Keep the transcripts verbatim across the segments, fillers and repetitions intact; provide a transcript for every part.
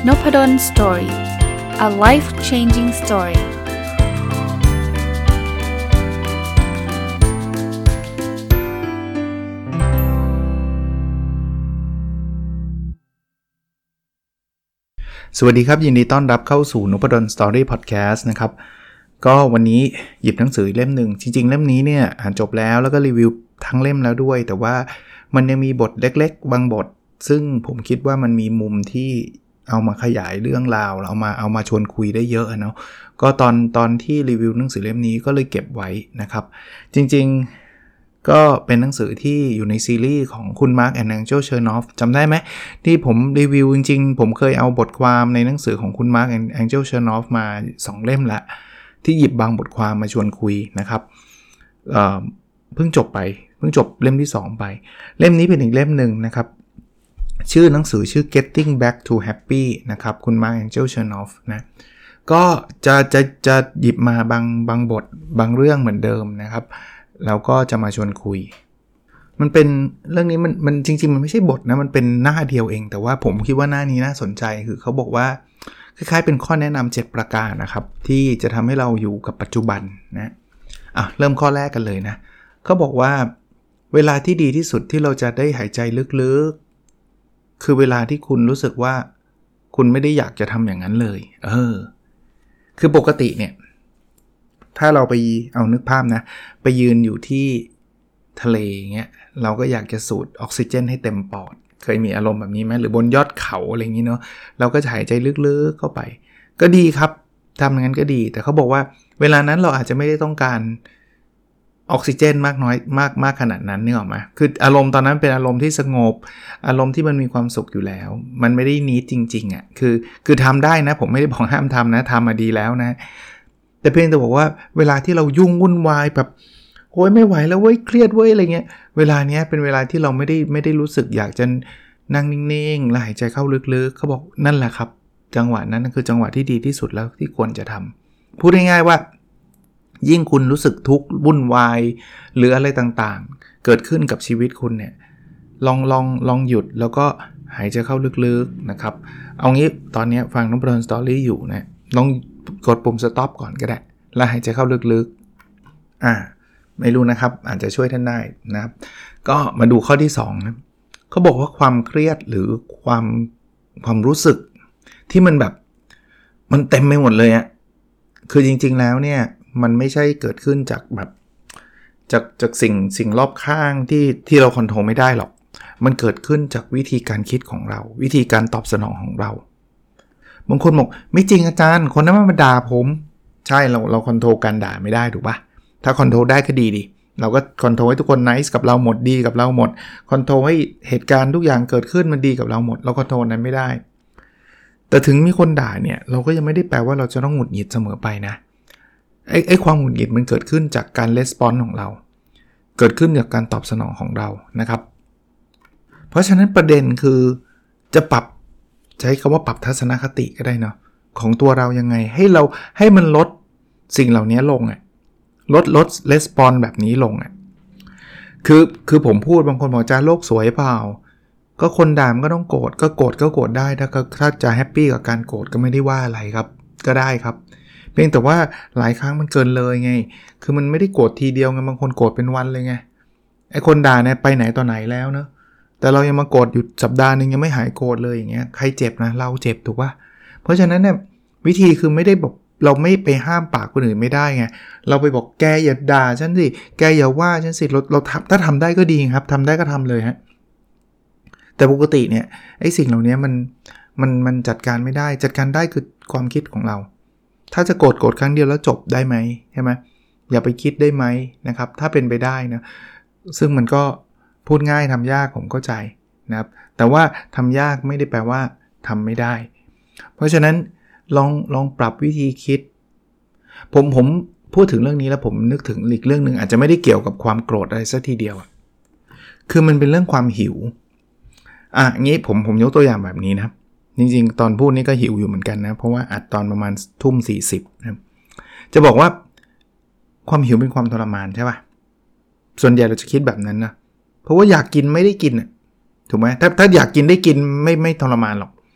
Noppadan Story. A life-changing story. สวัสดีครับยินดีต้อนรับเข้าสู่ Noppadan Story Podcast นะครับก็วันนี้หยิบหนังสือเล่มหนึ่งจริงๆเล่มนี้เนี่ยอ่านจบแล้วแล้วก็รีวิวทั้งเล่มแล้วด้วยแต่ว่ามันยังมีบทเล็กๆบางบทซึ่งผมคิดว่ามันมีมุมที่เอามาขยายเรื่องราวเอามาเอามาชวนคุยได้เยอะเนาะก็ตอนตอนที่รีวิวหนังสือเล่มนี้ก็เลยเก็บไว้นะครับจริงๆก็เป็นหนังสือที่อยู่ในซีรีส์ของคุณ Mark and Angel Chernoff จำได้ไหมที่ผมรีวิวจริงๆผมเคยเอาบทความในหนังสือของคุณ Mark and Angel Chernoff มาสองเล่มละที่หยิบบางบทความมาชวนคุยนะครับเอ่อเพิ่งจบไปเพิ่งจบเล่มที่สองไปเล่มนี้เป็นอีกเล่มนึงนะครับชื่อหนังสือชื่อ Getting Back to Happy นะครับคุณ Mark and Angel Chernoff นะก็จะจะจะหยิบมาบางบางบทบางเรื่องเหมือนเดิมนะครับแล้วก็จะมาชวนคุยมันเป็นเรื่องนี้มันมันจริงๆมันไม่ใช่บทนะมันเป็นหน้าเดียวเองแต่ว่าผมคิดว่าหน้านี้น่าสนใจคือเขาบอกว่าคล้ายๆเป็นข้อแนะนำเจ็ดประการนะครับที่จะทำให้เราอยู่กับปัจจุบันนะอ่ะเริ่มข้อแรกกันเลยนะเขาบอกว่าเวลาที่ดีที่สุดที่เราจะได้หายใจลึกๆคือเวลาที่คุณรู้สึกว่าคุณไม่ได้อยากจะทำอย่างนั้นเลยเออคือปกติเนี่ยถ้าเราไปเอานึกภาพนะไปยืนอยู่ที่ทะเลอย่างเงี้ยเราก็อยากจะสูดออกซิเจนให้เต็มปอดเคยมีอารมณ์แบบนี้ไหมหรือบนยอดเขาอะไรอย่างงี้เนาะเราก็จะหายใจลึกๆเข้าไปก็ดีครับทำอย่างนั้นก็ดีแต่เขาบอกว่าเวลานั้นเราอาจจะไม่ได้ต้องการออกซิเจนมากน้อยมากมากขนาดนั้นนึกออกไหมคืออารมณ์ตอนนั้นเป็นอารมณ์ที่สงบอารมณ์ที่มันมีความสุขอยู่แล้วมันไม่ได้นีดจริงๆอ่ะคือคือทำได้นะผมไม่ได้บอกห้ามทำนะทำมาดีแล้วนะแต่เพียงแต่บอกว่าเวลาที่เรายุ่งวุ่นวายแบบโอ๊ยไม่ไหวแล้วเว้ยเครียดเว้ยอะไรเงี้ยเวลาเนี้ยเป็นเวลาที่เราไม่ได้ไม่ได้รู้สึกอยากจะนั่งนิ่งๆแล้วหายใจเข้าลึกๆเขาบอกนั่นแหละครับจังหวะนั้นคือจังหวะที่ดีที่สุดแล้วที่ควรจะทำพูดง่ายๆว่ายิ่งคุณรู้สึกทุกข์วุ่นวายหรืออะไรต่างๆเกิดขึ้นกับชีวิตคุณเนี่ยลองลองลองหยุดแล้วก็หายใจเข้าลึกๆนะครับเอางี้ตอนนี้ฟังNoppadan Storyอยู่นะลองกดปุ่ม stop ก่อนก็ได้แล้วหายใจเข้าลึกๆอ่าไม่รู้นะครับอาจจะช่วยท่านได้นะครับก็มาดูข้อที่สองนะเขาบอกว่าความเครียดหรือความความรู้สึกที่มันแบบมันเต็มไปหมดเลยอะคือจริงๆแล้วเนี่ยมันไม่ใช่เกิดขึ้นจากแบบจากจากสิ่งสิ่งรอบข้างที่ที่เราคอนโทรลไม่ได้หรอกมันเกิดขึ้นจากวิธีการคิดของเราวิธีการตอบสนองของเราบางคนบอกไม่จริงอาจารย์คนนั้นมาด่าผมใช่เราเราคอนโทรลการด่าไม่ได้ถูกปะถ้าคอนโทรลได้ก็ดีดิเราก็คอนโทรลให้ทุกคนไนซ์กับเราหมดดีกับเราหมดคอนโทรลให้เหตุการณ์ทุกอย่างเกิดขึ้นมันดีกับเราหมดเราคอนโทรลนั้นไม่ได้แต่ถึงมีคนด่าเนี่ยเราก็ยังไม่ได้แปลว่าเราจะต้องหงุดหงิดเสมอไปนะไอ้ไอ้ความหงุดหงิดมันเกิดขึ้นจากการレスปอนส์ของเราเกิดขึ้นจากการตอบสนองของเรานะครับเพราะฉะนั้นประเด็นคือจะปรับใช้คำว่าปรับทัศนคติก็ได้เนาะของตัวเรายังไงให้เราให้มันลดสิ่งเหล่านี้ลงอ่ะลดลดレスปอนส์แบบนี้ลงอ่ะคือคือผมพูดบางคนบอกจะโลกสวยเปล่าก็คนด่ามันก็ต้องโกรธก็โกรธก็โกรธได้ถ้าถ้าจะแฮปปี้กับการโกรธก็ไม่ได้ว่าอะไรครับก็ได้ครับเพียงแต่ว่าหลายครั้งมันเกินเลยไงคือมันไม่ได้โกรธทีเดียวไงบางคนโกรธเป็นวันเลยไงไอ้คนด่าเนี่ยไปไหนต่อไหนแล้วเนอะแต่เรายังมาโกรธอยู่สัปดาห์นึงยังไม่หายโกรธเลยอย่างเงี้ยใครเจ็บนะเราเจ็บถูกป่ะเพราะฉะนั้นเนี่ยวิธีคือไม่ได้บอกเราไม่ไปห้ามปากคนอื่นไม่ได้ไงเราไปบอกแกอย่าด่าฉันสิแกอย่าว่าฉันสิเราเราทำถ้าทำได้ก็ดีครับทำได้ก็ทำเลยฮะแต่ปกติเนี่ยไอ้สิ่งเหล่านี้มันมันมันจัดการไม่ได้จัดการได้คือความคิดของเราถ้าจะโกรธโกรธครั้งเดียวแล้วจบได้ไหมใช่ไหมอย่าไปคิดได้ไหมนะครับถ้าเป็นไปได้นะซึ่งมันก็พูดง่ายทำยากผมเข้าใจนะครับแต่ว่าทำยากไม่ได้แปลว่าทำไม่ได้เพราะฉะนั้นลองลองปรับวิธีคิดผมผมพูดถึงเรื่องนี้แล้วผมนึกถึงอีกเรื่องนึงอาจจะไม่ได้เกี่ยวกับความโกรธอะไรซะทีเดียวคือมันเป็นเรื่องความหิวอ่ะงี้ผมผมยกตัวอย่างแบบนี้นะครับจริงๆตอนพูดนี้ก็หิวอยู่เหมือนกันนะเพราะว่าอัดตอนประมาณทุ่มสี่สิบนะครับจะบอกว่าความหิวเป็นความทรมานใช่ป่ะส่วนใหญ่เราจะคิดแบบนั้นนะเพราะว่าอยากกินไม่ได้กินถูกไหมถ้าถ้าอยากกินได้กินไม่ไม่ทรมานหรอกแ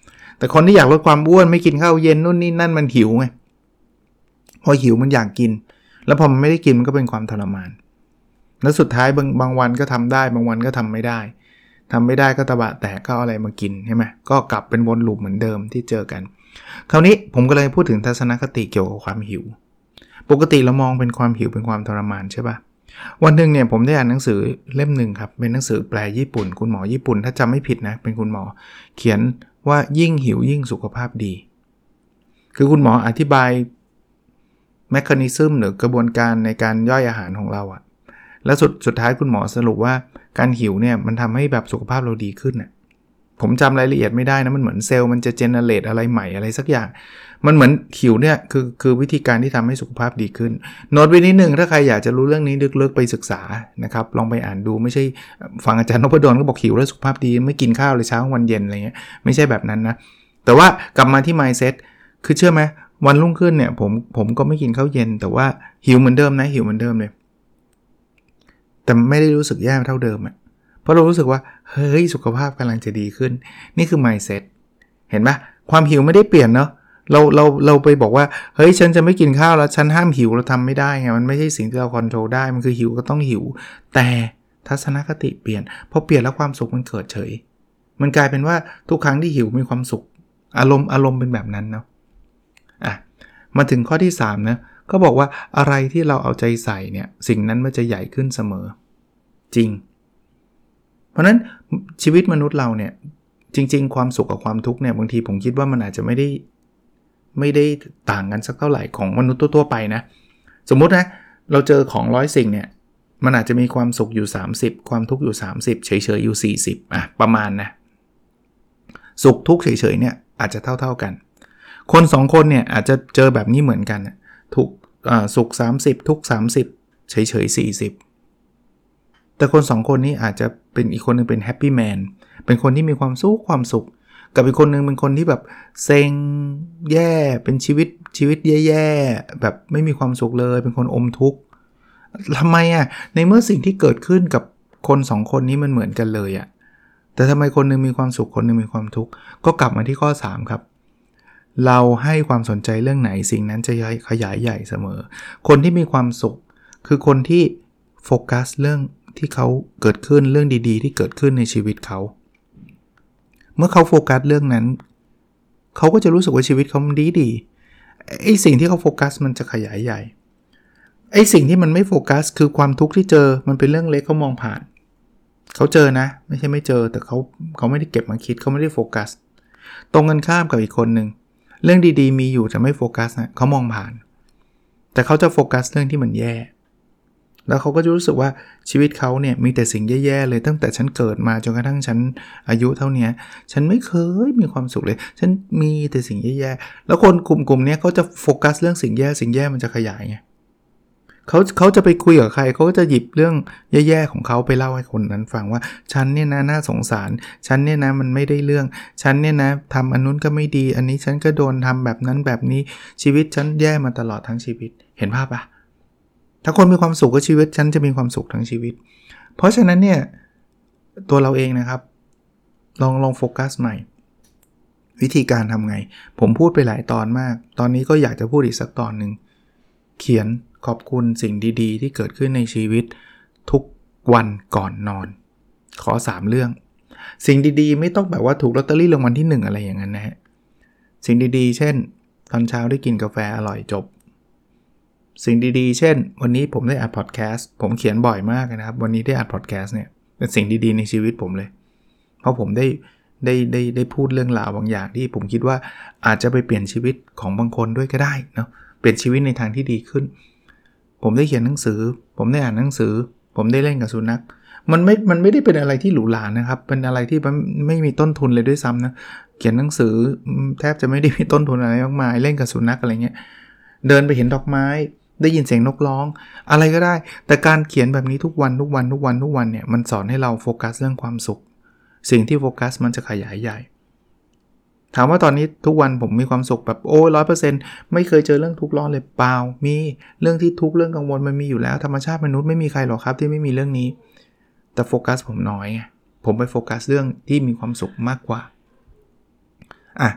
แต่คนที่อยากลดความอ้วนไม่กินข้าวเย็นนู่นนี่นั่นมันหิวไงพอหิวมันอยากกินแล้วพอมันไม่ได้กินมันก็เป็นความทรมานแล้วสุดท้ายบางบางวันก็ทำได้บางวันก็ทำไม่ได้ทำไม่ได้ก็ตะบะแตกก็เอาอะไรมากินใช่ไหมก็กลับเป็นวนลูปเหมือนเดิมที่เจอกันคราวนี้ผมก็เลยพูดถึงทัศนคติเกี่ยวกับความหิวปกติเรามองเป็นความหิวเป็นความทรมานใช่ปะวันหนึ่งเนี่ยผมได้อ่านหนังสือเล่มหนึ่งครับเป็นหนังสือแปลญี่ปุ่นคุณหมอญี่ปุ่นถ้าจำไม่ผิดนะเป็นคุณหมอเขียนว่ายิ่งหิวยิ่งสุขภาพดีคือคุณหมออธิบายแมคานิซึมหรือกระบวนการในการย่อยอาหารของเราอะแล้วสุดสุดท้ายคุณหมอสรุปว่าการหิวเนี่ยมันทำให้แบบสุขภาพเราดีขึ้นน่ะผมจำรายละเอียดไม่ได้นะมันเหมือนเซลล์มันจะเจเนเรตอะไรใหม่อะไรสักอย่างมันเหมือนหิวเนี่ยคือคือวิธีการที่ทำให้สุขภาพดีขึ้นโน้ตไว้นิดนึงถ้าใครอยากจะรู้เรื่องนี้ลึกๆไปศึกษานะครับลองไปอ่านดูไม่ใช่ฟังอาจารย์นพดลก็บอกหิวแล้วสุขภาพดีไม่กินข้าวเลยเช้าวันเย็นอะไรเงี้ยไม่ใช่แบบนั้นนะแต่ว่ากลับมาที่ mindset คือเชื่อไหมวันรุ่งขึ้นเนี่ยผมผมก็ไม่กินข้าวเย็นแต่ว่าหิวเหมือนเดิมนะหิวเหมือนเดิมเลยแต่ไม่ได้รู้สึกแย่เท่าเดิมอ่ะเพราะเรารู้สึกว่าเฮ้ยสุขภาพกำลังจะดีขึ้นนี่คือ mindset เห็นปะความหิวไม่ได้เปลี่ยนเนาะเราเราเราไปบอกว่าเฮ้ยฉันจะไม่กินข้าวแล้วฉันห้ามหิวเราทำไม่ได้ไงมันไม่ใช่สิ่งที่เราคอนโทรลได้มันคือหิวก็ต้องหิวแต่ทัศนคติเปลี่ยนพอเปลี่ยนแล้วความสุขมันเกิดเฉยมันกลายเป็นว่าทุกครั้งที่หิวมีความสุขอารมณ์อารมณ์เป็นแบบนั้นเนาะอ่ะมาถึงข้อที่สามนะก็บอกว่าอะไรที่เราเอาใจใส่เนี่ยสิ่งนั้นมันจะใหญ่ขึ้นเสมอจริงเพราะนั้นชีวิตมนุษย์เราเนี่ยจริงๆความสุขกับความทุกข์เนี่ยบางทีผมคิดว่ามันอาจจะไม่ได้ไม่ได้ต่างกันสักเท่าไหร่ของมนุษย์ทั่วๆไปนะสมมุตินะเราเจอของร้อยสิ่งเนี่ยมันอาจจะมีความสุขอยู่สามสิบความทุกข์อยู่สามสิบเฉยๆอยู่สี่สิบอ่ะประมาณนะสุขทุกข์เฉยๆเนี่ยอาจจะเท่าๆกันคนสองคนเนี่ยอาจจะเจอแบบนี้เหมือนกันทุกอ่าสุขสามสิบทุกข์สามสิบเฉยๆสี่สิบแต่คนสองคนนี้อาจจะเป็นอีกคนนึงเป็นแฮปปี้แมนเป็นคนที่มีความสุขความสุขกับอีกคนนึงเป็นคนที่แบบเซ็งแย่เป็นชีวิตชีวิตแย่ๆแบบไม่มีความสุขเลยเป็นคนอมทุกข์ทำไมอ่ะในเมื่อสิ่งที่เกิดขึ้นกับคนสองคนนี้มันเหมือนกันเลยอ่ะแต่ทำไมคนนึงมีความสุขคนนึงมีความทุกข์ก็กลับมาที่ข้อสามครับเราให้ความสนใจเรื่องไหนสิ่งนั้นจะขยายใหญ่เสมอคนที่มีความสุขคือคนที่โฟกัสเรื่องที่เขาเกิดขึ้นเรื่องดีๆที่เกิดขึ้นในชีวิตเขาเมื่อเขาโฟกัสเรื่องนั้นเขาก็จะรู้สึกว่าชีวิตเขาดีดีไอ้สิ่งที่เขาโฟกัสมันจะขยายใหญ่ไอ้สิ่งที่มันไม่โฟกัสคือความทุกข์ที่เจอมันเป็นเรื่องเล็กเขามองผ่านเขาเจอนะไม่ใช่ไม่เจอแต่เขาเขาไม่ได้เก็บมาคิดเขาไม่ได้โฟกัสตรงกันข้ามกับอีกคนนึงเรื่องดีๆมีอยู่แต่ไม่โฟกัสนะเขามองผ่านแต่เขาจะโฟกัสเรื่องที่มันแย่แล้วเขาก็จะรู้สึกว่าชีวิตเขาเนี่ยมีแต่สิ่งแย่ๆเลยตั้งแต่ฉันเกิดมาจนกระทั่งฉันอายุเท่านี้ฉันไม่เคยมีความสุขเลยฉันมีแต่สิ่งแย่ๆแล้วคนกลุ่มๆนี้เขาจะโฟกัสเรื่องสิ่งแย่สิ่งแย่มันจะขยายไงเขาเขาจะไปคุยกับใครเขาก็จะหยิบเรื่องแย่ๆของเขาไปเล่าให้คนนั้นฟังว่าฉันเนี่ยนะน่าสงสารฉันเนี่ยนะมันไม่ได้เรื่องฉันเนี่ยนะทำอันนู้นก็ไม่ดีอันนี้ฉันก็โดนทำแบบนั้นแบบนี้ชีวิตฉันแย่มาตลอดทั้งชีวิตเห็นภาพปะถ้าคนมีความสุขกับชีวิตฉันจะมีความสุขทั้งชีวิตเพราะฉะนั้นเนี่ยตัวเราเองนะครับลองลองโฟกัสใหม่วิธีการทำไงผมพูดไปหลายตอนมากตอนนี้ก็อยากจะพูดอีกสักตอนนึงเขียนขอบคุณสิ่งดีๆที่เกิดขึ้นในชีวิตทุกวันก่อนนอนขอสามเรื่องสิ่งดีๆไม่ต้องแบบว่าถูกลอตเตอรี่รางวัลที่หนึ่งอะไรอย่างนั้นนะฮะสิ่งดีๆเช่นตอนเช้าได้กินกาแฟอร่อยจบสิ่งดีๆเช่นวันนี้ผมได้อัดพอดแคสต์ผมเขียนบ่อยมากนะครับวันนี้ได้อัดพอดแคสต์เนี่ยเป็นสิ่งดีๆในชีวิตผมเลยเพราะผมได้ได้ได้ได้พูดเรื่องราวบางอย่างที่ผมคิดว่าอาจจะไปเปลี่ยนชีวิตของบางคนด้วยก็ได้เนาะเปลี่ยนชีวิตในทางที่ดีขึ้นผมได้เขียนหนังสือผมได้อ่านหนังสือผมได้เล่นกับสุนัขมันไม่มันไม่ได้เป็นอะไรที่หรูหรานะครับเป็นอะไรที่ไม่มีต้นทุนเลยด้วยซ้ำนะเขียนหนังสือแทบจะไม่ได้มีต้นทุนอะไรมากมายเล่นกับสุนัขอะไรเงี้ยเดินไปเห็นดอกไม้ได้ยินเสียงนกร้องอะไรก็ได้แต่การเขียนแบบนี้ทุกวันทุกวันทุกวันทุกวันเนี่ยมันสอนให้เราโฟกัสเรื่องความสุขสิ่งที่โฟกัสมันจะขยายใหญ่ถามว่าตอนนี้ทุกวันผมมีความสุขแบบโอ้ ร้อยเปอร์เซ็นต์ ไม่เคยเจอเรื่องทุกข์ร้อนเลยเปล่ามีเรื่องที่ทุกข์เรื่องกังวลมันมีอยู่แล้วธรรมชาติมนุษย์ไม่มีใครหรอกครับที่ไม่มีเรื่องนี้แต่โฟกัสผมน้อยไงผมไปโฟกัสเรื่องที่มีความสุขมากกว่าอ่ะ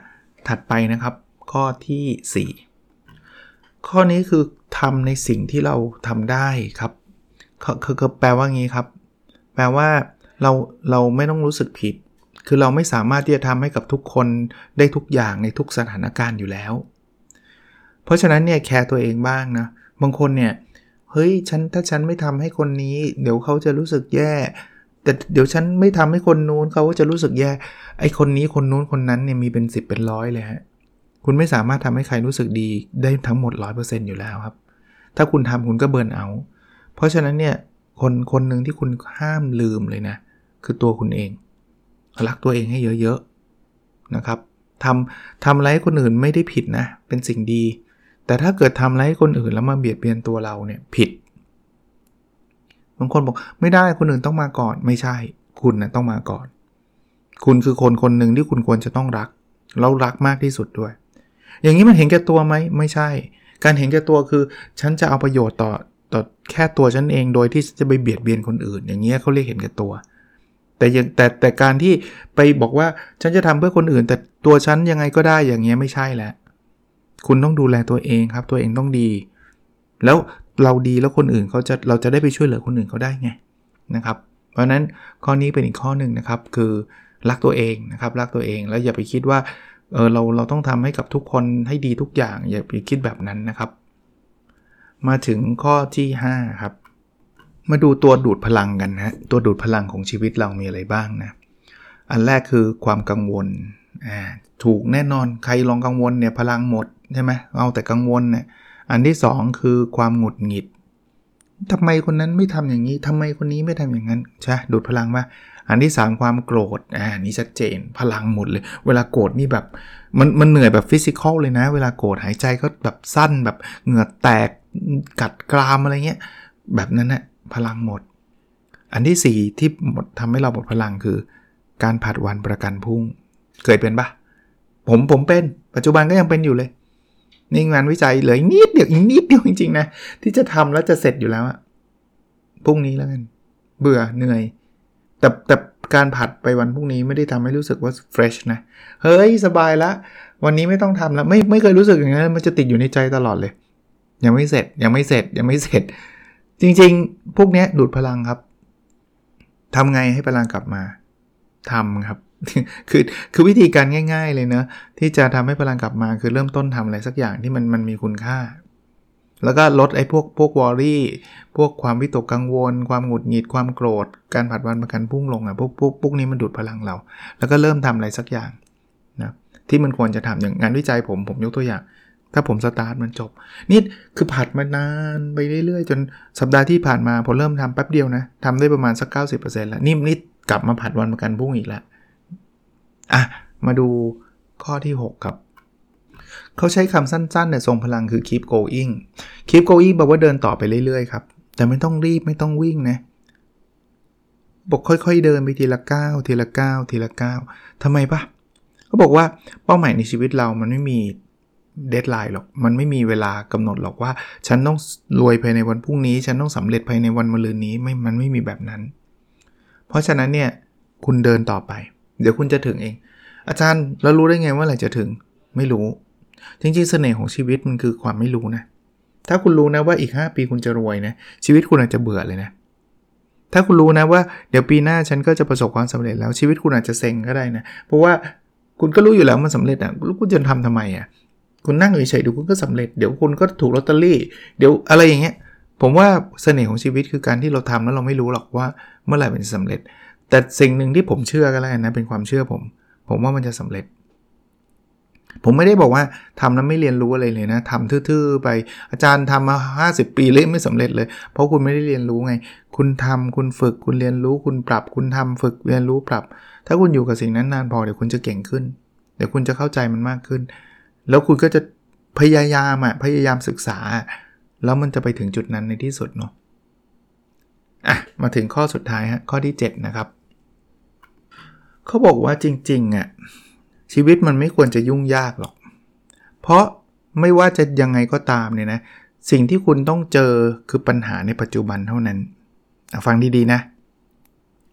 ถัดไปนะครับข้อที่สี่ข้อนี้คือทำในสิ่งที่เราทำได้ครับคือคือแปลว่างี้ครับแปลว่าเราเราไม่ต้องรู้สึกผิดคือเราไม่สามารถที่จะทำให้กับทุกคนได้ทุกอย่างในทุกสถานการณ์อยู่แล้วเพราะฉะนั้นเนี่ยแคร์ตัวเองบ้างนะบางคนเนี่ยเฮ้ยฉันถ้าฉันไม่ทำให้คนนี้เดี๋ยวเขาจะรู้สึกแย่แต่เดี๋ยวฉันไม่ทำให้คนนู้นเขาก็จะรู้สึกแย่ไอ้คนนี้คนนู้นคนนั้นเนี่ยมีเป็นสิบเป็นร้อยเลยฮะคุณไม่สามารถทำให้ใครรู้สึกดีได้ทั้งหมด ร้อยเปอร์เซ็นต์ อยู่แล้วครับถ้าคุณทำคุณก็เบิร์นเอาท์เพราะฉะนั้นเนี่ยคนคนหนึ่งที่คุณห้ามลืมเลยนะคือตัวคุณเองรักตัวเองให้เยอะๆนะครับทำทำอะไรให้คนอื่นไม่ได้ผิดนะเป็นสิ่งดีแต่ถ้าเกิดทำอะไรให้คนอื่นแล้วมาเบียดเบียนตัวเราเนี่ยผิดบางคนบอกไม่ได้คนอื่นต้องมาก่อนไม่ใช่คุณนะต้องมาก่อนคุณคือคนคนหนึ่งที่คุณควรจะต้องรักแล้วรักมากที่สุดด้วยอย่างนี้มันเห็นแก่ตัวไหมไม่ใช่การเห็นแก่ตัวคือฉันจะเอาประโยชน์ต่อต่อแค่ตัวฉันเองโดยที่จะไปเบียดเบียนคนอื่นอย่างเงี้ยเขาเรียกเห็นแก่ตัวแต่แต่แต่การที่ไปบอกว่าฉันจะทำเพื่อคนอื่นแต่ตัวฉันยังไงก็ได้อย่างเงี้ยไม่ใช่แล้วคุณต้องดูแลตัวเองครับตัวเองต้องดีแล้วเราดีแล้วคนอื่นเขาจะเราจะได้ไปช่วยเหลือคนอื่นเขาได้ไงนะครับเพราะฉะนั้นข้อนี้เป็นอีกข้อหนึ่งนะครับคือรักตัวเองนะครับรักตัวเองแล้วอย่าไปคิดว่าเออเราเราต้องทำให้กับทุกคนให้ดีทุกอย่างอย่าไปคิดแบบนั้นนะครับมาถึงข้อที่ห้าครับมาดูตัวดูดพลังกันนะตัวดูดพลังของชีวิตเรามีอะไรบ้างนะอันแรกคือความกังวลอ่าถูกแน่นอนใครลองกังวลเนี่ยพลังหมดใช่ไหมเอาแต่กังวลเนี่ยอันที่สองคือความหงุดหงิดทำไมคนนั้นไม่ทำอย่างนี้ทำไมคนนี้ไม่ทำอย่างนั้นใช่ดูดพลังมาอันที่สามความโกรธอ่านี่ชัดเจนพลังหมดเลยเวลาโกรธนี่แบบมันมันเหนื่อยแบบฟิสิกอลเลยนะเวลาโกรธหายใจก็แบบสั้นแบบเหงื่อแตกกัดกรามอะไรเงี้ยแบบนั้นนะพลังหมดอันที่สี่ที่หมดทำให้เราหมดพลังคือการผัดวันประกันพรุ่งเคยเป็นปะผมผมเป็นปัจจุบันก็ยังเป็นอยู่เลยนี่งานวิจัยเหลืออีกนิดเดียวอีกนิดเดียวจริงๆนะที่จะทำแล้วจะเสร็จอยู่แล้วอะพรุ่งนี้แล้วกันเบื่อเหนื่อยแต่แต่การผัดไปวันพรุ่งนี้ไม่ได้ทำให้รู้สึกว่าเฟรชนะเฮ้ยสบายละวันนี้ไม่ต้องทำแล้วไม่ไม่เคยรู้สึกอย่างนั้นมันจะติดอยู่ในใจตลอดเลยยังไม่เสร็จยังไม่เสร็จยังไม่เสร็จจริงๆพวกนี้ดูดพลังครับทำไงให้พลังกลับมาทำครับ คือคือวิธีการง่ายๆเลยเนะที่จะทำให้พลังกลับมาคือเริ่มต้นทำอะไรสักอย่างที่มันมันมีคุณค่าแล้วก็ลดไอ้พวกพวกวอรี่พวกความวิตกกังวลความหงุดหงิดความโกรธการผัดวันประกันพรุ่งลงอ่ะพวกพวกพวกนี้มันดูดพลังเราแล้วก็เริ่มทำอะไรสักอย่างนะที่มันควรจะทำอย่างงานวิจัยผมผมยกตัวอย่างถ้าผมสตาร์ทมันจบนี่คือผัดมานานไปเรื่อยๆจนสัปดาห์ที่ผ่านมาพอเริ่มทำแป๊บเดียวนะทำได้ประมาณสัก เก้าสิบเปอร์เซ็นต์ แล้วนี่นี่กลับมาผัดวันประกันพรุ่งอีกแล้วอ่ะมาดูข้อที่หกครับเขาใช้คำสั้นๆเนี่ยทรงพลังคือ keep going keep going แปลว่าเดินต่อไปเรื่อยๆครับแต่ไม่ต้องรีบไม่ต้องวิ่งนะบอกค่อยๆเดินไปทีละก้าวทีละก้าวทีละก้าวทำไมปะเขาบอกว่าเป้าหมายในชีวิตเรามันไม่มีเดดไลน์หรอกมันไม่มีเวลากำหนดหรอกว่าฉันต้องรวยภายในวันพรุ่งนี้ฉันต้องสำเร็จภายในวันมะรืนนี้ไม่มันไม่มีแบบนั้นเพราะฉะนั้นเนี่ยคุณเดินต่อไปเดี๋ยวคุณจะถึงเองอาจารย์แล้วรู้ได้ไงว่าอะไรจะถึงไม่รู้จริงๆเสน่ห์ของชีวิตมันคือความไม่รู้นะถ้าคุณรู้นะว่าอีกห้าปีคุณจะรวยนะชีวิตคุณอาจจะเบื่อเลยนะถ้าคุณรู้นะว่าเดี๋ยวปีหน้าฉันก็จะประสบความสำเร็จแล้วชีวิตคุณอาจจะเซ็งก็ได้นะเพราะว่าคุณก็รู้อยู่แล้วมันสำเร็จอ่ะแล้วคุณจะทำทำไมอ่ะคุณนั่งเฉยๆดูคุณก็สำเร็จเดี๋ยวคุณก็ถูกลอตเตอรี่เดี๋ยวอะไรอย่างเงี้ยผมว่าเสน่ห์ของชีวิตคือการที่เราทำแล้วเราไม่รู้หรอกว่าเมื่อไหร่มันจะสำเร็จแต่สิ่งหนึ่งที่ผมเชื่อก็แล้วกันนะเป็นความเชื่อผมผมว่ามันจะสำเร็จผมไม่ได้บอกว่าทำแล้วไม่เรียนรู้อะไรเลยนะทำทื่อๆไปอาจารย์ทำมาห้าสิบปีเลยไม่สำเร็จเลยเพราะคุณไม่ได้เรียนรู้ไงคุณทำคุณฝึกคุณเรียนรู้คุณปรับคุณทำฝึกเรียนรู้ปรับถ้าคุณอยู่กับสิ่งนั้นนานพอเดี๋ยวคุณจะเก่งขึ้นเดี๋ยวคุณจะเข้าใจมันมากขึ้นแล้วคุณก็จะพยายามอ่ะพยายามศึกษาแล้วมันจะไปถึงจุดนั้นในที่สุดเนาะอ่ะมาถึงข้อสุดท้ายฮะข้อที่เจ็ดนะครับเขาบอกว่าจริงๆอ่ะชีวิตมันไม่ควรจะยุ่งยากหรอกเพราะไม่ว่าจะยังไงก็ตามเนี่ยนะสิ่งที่คุณต้องเจอคือปัญหาในปัจจุบันเท่านั้นฟังดีๆนะ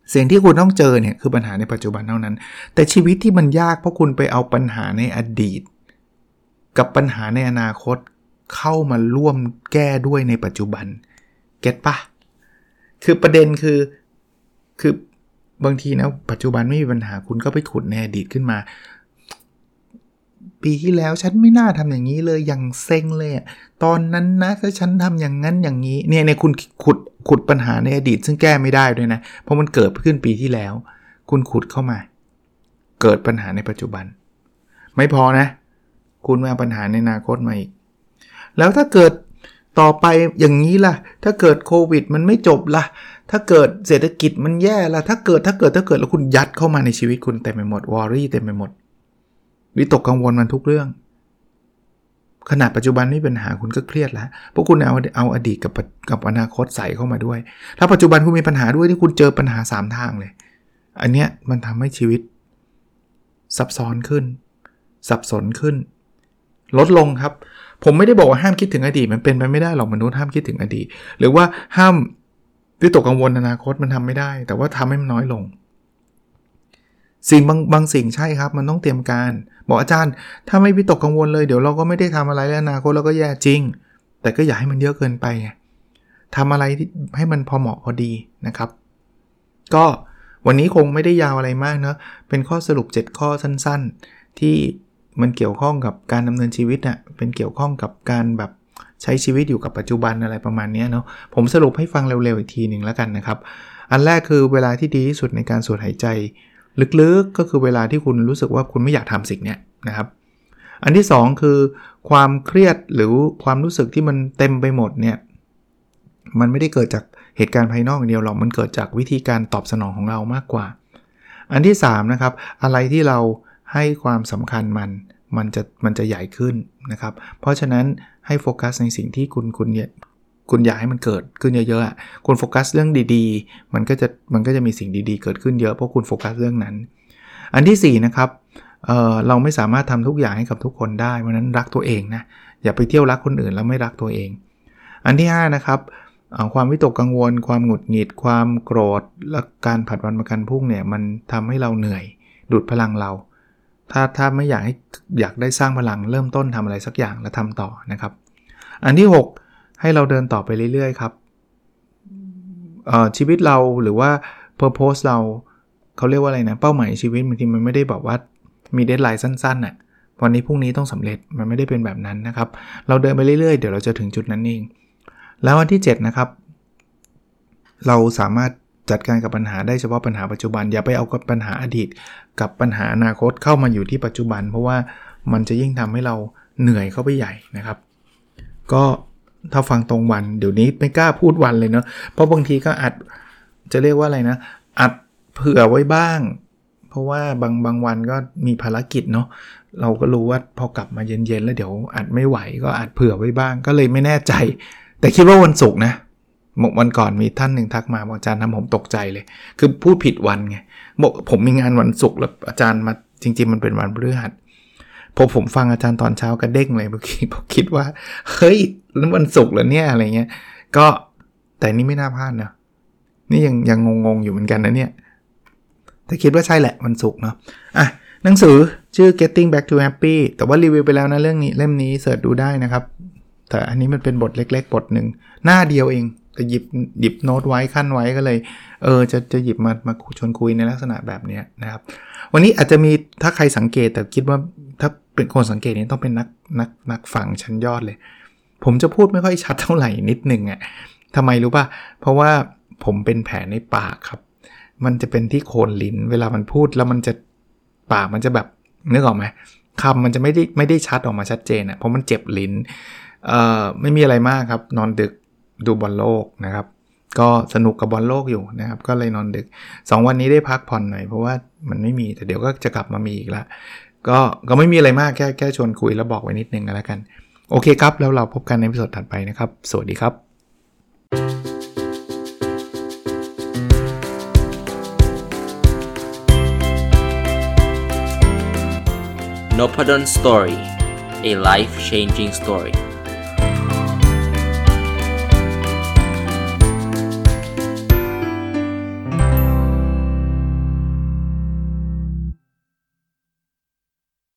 สิ่งที่คุณต้องเจอเนี่ยคือปัญหาในปัจจุบันเท่านั้นแต่ชีวิตที่มันยากเพราะคุณไปเอาปัญหาในอดีตกับปัญหาในอนาคตเข้ามาร่วมแก้ด้วยในปัจจุบันเก็ทปะคือประเด็นคือคือบางทีนะปัจจุบันไม่มีปัญหาคุณก็ไปขุดในอดีตขึ้นมาปีที่แล้วฉันไม่น่าทำอย่างนี้เลยอย่างเซ็งเลยตอนนั้นนะถ้าฉันทำอย่างนั้นอย่างนี้เนี่ยในคุณขุดขุดปัญหาในอดีตซึ่งแก้ไม่ได้ด้วยนะเพราะมันเกิดขึ้นปีที่แล้วคุณขุดเข้ามาเกิดปัญหาในปัจจุบันไม่พอนะคุณมาปัญหาในอนาคตมาอีกแล้วถ้าเกิดต่อไปอย่างนี้ล่ะถ้าเกิดโควิดมันไม่จบล่ะถ้าเกิดเศรษฐกิจมันแย่ล่ะถ้าเกิดถ้าเกิดถ้าเกิดแล้วคุณยัดเข้ามาในชีวิตคุณเต็มไปหมดวอรี่เต็มไปหมดวิตกกังวลมันทุกเรื่องขนาดปัจจุบันไม่มีปัญหาคุณก็เครียดแล้วเพราะคุณเอาเอาอดีตกับกับอนาคตใส่เข้ามาด้วยถ้าปัจจุบันคุณมีปัญหาด้วยที่คุณเจอปัญหาสามทางเลยอันเนี้ยมันทำให้ชีวิตซับซ้อนขึ้นสับสนขึ้นลดลงครับผมไม่ได้บอกว่าห้ามคิดถึงอดีตมันเป็นไปไม่ได้หรอกมนุษย์ห้ามคิดถึงอดีตหรือว่าห้ามวิตกกังวลอนาคตมันทำไม่ได้แต่ว่าทำให้มันน้อยลงสิ่งบางบางสิ่งใช่ครับมันต้องเตรียมการบอกอาจารย์ถ้าไม่วิตกกังวลเลยเดี๋ยวเราก็ไม่ได้ทำอะไรแล้วอนาคตเราก็แย่จริงแต่ก็อย่าให้มันเยอะเกินไปไงทำอะไรให้มันพอเหมาะพอดีนะครับก็วันนี้คงไม่ได้ยาวอะไรมากเนอะเป็นข้อสรุปเจ็ดข้อสั้นๆที่มันเกี่ยวข้องกับการดำเนินชีวิตน่ะเป็นเกี่ยวข้องกับการแบบใช้ชีวิตอยู่กับปัจจุบันอะไรประมาณนี้เนาะผมสรุปให้ฟังเร็วๆอีกทีนึงแล้วกันนะครับอันแรกคือเวลาที่ดีที่สุดในการสูดหายใจลึกๆก็คือเวลาที่คุณรู้สึกว่าคุณไม่อยากทำสิ่งนี้นะครับอันที่สองคือความเครียดหรือความรู้สึกที่มันเต็มไปหมดเนี่ยมันไม่ได้เกิดจากเหตุการณ์ภายนอกอย่างเดียวหรอกมันเกิดจากวิธีการตอบสนองของเรามากกว่าอันที่สามนะครับอะไรที่เราให้ความสำคัญมันมันจะมันจะใหญ่ขึ้นนะครับเพราะฉะนั้นให้โฟกัสในสิ่งที่คุณคุณคุณอยากให้มันเกิดขึ้นเยอะๆคุณโฟกัสเรื่องดีๆมันก็จะมันก็จะมีสิ่งดีๆเกิดขึ้นเยอะเพราะคุณโฟกัสเรื่องนั้นอันที่สี่นะครับเอ่อเราไม่สามารถทำทุกอย่างให้กับทุกคนได้เพราะนั้นรักตัวเองนะอย่าไปเที่ยวรักคนอื่นแล้วไม่รักตัวเองอันที่ห้านะครับความวิตกกังวลความหงุดหงิดความโกรธและการผัดวันประกันพรุ่งเนี่ยมันทำให้เราเหนื่อยดูดพลังเราถ้าถ้าไม่อยากให้อยากได้สร้างพลังเริ่มต้นทำอะไรสักอย่างแล้วทำต่อนะครับอันที่หกให้เราเดินต่อไปเรื่อยๆครับชีวิตเราหรือว่า purpose เราเขาเรียกว่าอะไรนะเป้าหมายชีวิตบางทีมันไม่ได้บอกว่ามีเดดไลน์สั้นๆน่ะวันนี้พรุ่งนี้ต้องสำเร็จมันไม่ได้เป็นแบบนั้นนะครับเราเดินไปเรื่อยๆเดี๋ยวเราจะถึงจุดนั้นเองแล้วอันที่เจ็ดนะครับเราสามารถจัดการกับปัญหาได้เฉพาะปัญหาปัจจุบันอย่าไปเอากับปัญหาอดีตกับปัญหาอนาคตเข้ามาอยู่ที่ปัจจุบันเพราะว่ามันจะยิ่งทำให้เราเหนื่อยเข้าไปใหญ่นะครับก็ถ้าฟังตรงวันเดี๋ยวนี้ไม่กล้าพูดวันเลยเนาะเพราะบางทีก็อัดจะเรียกว่าอะไรนะอัดเผื่อไว้บ้างเพราะว่าบางบางวันก็มีภารกิจเนาะเราก็รู้ว่าพอกลับมาเย็นๆแล้วเดี๋ยวอัดไม่ไหวก็อัดเผื่อไว้บ้างก็เลยไม่แน่ใจแต่คิดว่าวันศุกร์นะวันก่อนมีท่านหนึ่งทักมาบอกอาจารย์ทำผมตกใจเลยคือพูดผิดวันไงบอกผมมีงานวันศุกร์แล้วอาจารย์มาจริงๆมันเป็นวันพฤหัสพอผมฟังอาจารย์ตอนเช้าก็เด้งเลยเมื่อกี้ผมคิดว่าเฮ้ยแล้ววันศุกร์เหรอเนี่ยอะไรเงี้ยก็แต่นี่ไม่น่าพลาดนะนี่ยังยังงงๆอยู่เหมือนกันนะเนี่ยแต่คิดว่าใช่แหละวันศุกร์เนาะอ่ะหนังสือชื่อ Getting Back to Happy แต่ว่ารีวิวไปแล้วนะเรื่องนี้เล่มนี้เสิร์ชดูได้นะครับแต่อันนี้มันเป็นบทเล็กๆบทหนึ่งหน้าเดียวเองแต่หยิบหยิบโน้ตไว้ขั้นไว้ก็เลยเออจะจะหยิบมามาชวนคุยในลักษณะแบบนี้นะครับวันนี้อาจจะมีถ้าใครสังเกตแต่คิดว่าถ้าเป็นคนสังเกตนี่ต้องเป็นนักนักนักฟังชั้นยอดเลยผมจะพูดไม่ค่อยชัดเท่าไหร่นิดนึงอ่ะทำไมรู้ป่ะเพราะว่าผมเป็นแผลในปากครับมันจะเป็นที่โคนลิ้นเวลามันพูดแล้วมันจะปากมันจะแบบนึกออกไหมคำมันจะไม่ได้ไม่ได้ชัดออกมาชัดเจนอ่ะเพราะมันเจ็บลิ้นเอ่อไม่มีอะไรมากครับนอนดึกดูบอลโลกนะครับก็สนุกกับบอลโลกอยู่นะครับก็เลยนอนดึกสองวันนี้ได้พักผ่อนหน่อยเพราะว่ามันไม่มีแต่เดี๋ยวก็จะกลับมามีอีกละก็ก็ไม่มีอะไรมากแค่แค่ชวนคุยแล้วบอกไว้นิดนึงกันแล้วกันโอเคครับแล้วเราพบกันในตอนถัดไปนะครับสวัสดีครับ Nopadon Story, a life-changing story